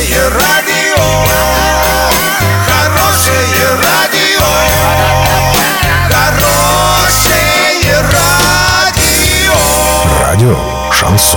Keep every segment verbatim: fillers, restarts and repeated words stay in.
Хорошее радио, хорошее радио, хорошее радио. Радио Шансон.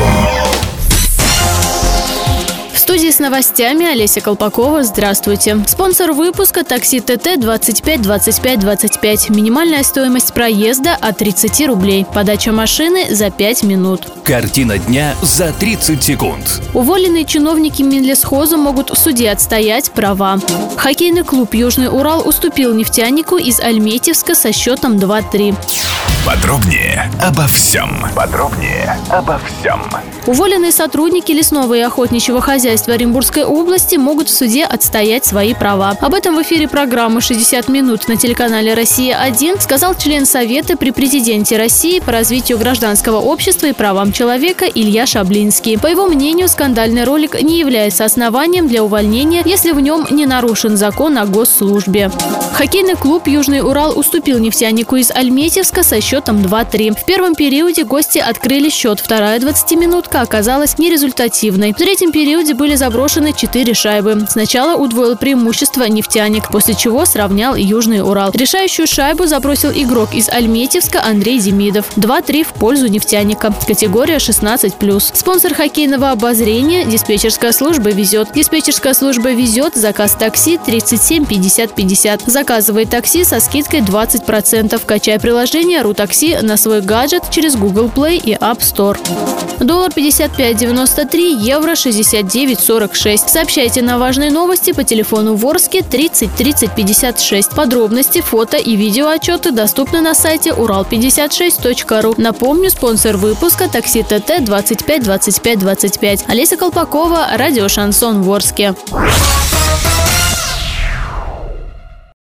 В студии с новостями Олеся Колпакова. Здравствуйте. Спонсор выпуска — такси ТТ двадцать пять двадцать пять двадцать пять. Минимальная стоимость проезда от тридцати рублей. Подача машины за пять минут. Картина дня за тридцать секунд. Уволенные чиновники Минлесхоза могут в суде отстоять права. Хоккейный клуб «Южный Урал» уступил нефтянику из Альметьевска со счетом два-три. Подробнее обо всем. Подробнее обо всем. Уволенные сотрудники лесного и охотничьего хозяйства Оренбургской области могут в суде отстоять свои права. Об этом в эфире программы «шестьдесят минут» на телеканале «Россия-один» сказал член Совета при президенте России по развитию гражданского общества и правам человека Илья Шаблинский. По его мнению, скандальный ролик не является основанием для увольнения, если в нем не нарушен закон о госслужбе. Хоккейный клуб «Южный Урал» уступил нефтянику из Альметьевска со счетом два-три. В первом периоде гости открыли счет. Вторая двадцатиминутка оказалась нерезультативной. В третьем периоде были заброшены четыре шайбы. Сначала удвоил преимущество нефтяник, после чего сравнял Южный Урал. Решающую шайбу забросил игрок из Альметьевска Андрей Демидов. два-три в пользу нефтяника. Категория шестнадцать плюс. Спонсор хоккейного обозрения — диспетчерская служба «Везет». Диспетчерская служба «Везет». Заказ такси тридцать семь пятьдесят пятьдесят. Заказывай такси со скидкой двадцать процентов. Качай приложение «Рутакси» на свой гаджет через Google Play и App Store. Доллар пятьдесят пять девяносто три, евро шестьдесят девять сорок шесть. Сообщайте на важные новости по телефону Ворске тридцать тридцать пятьдесят шесть. Подробности, фото и видеоотчеты доступны на сайте урал пятьдесят шесть точка ру. Напомню, спонсор выпуска — такси ТТ двадцать пять двадцать пять двадцать пять. Олеся Колпакова, радио Шансон в Ворске.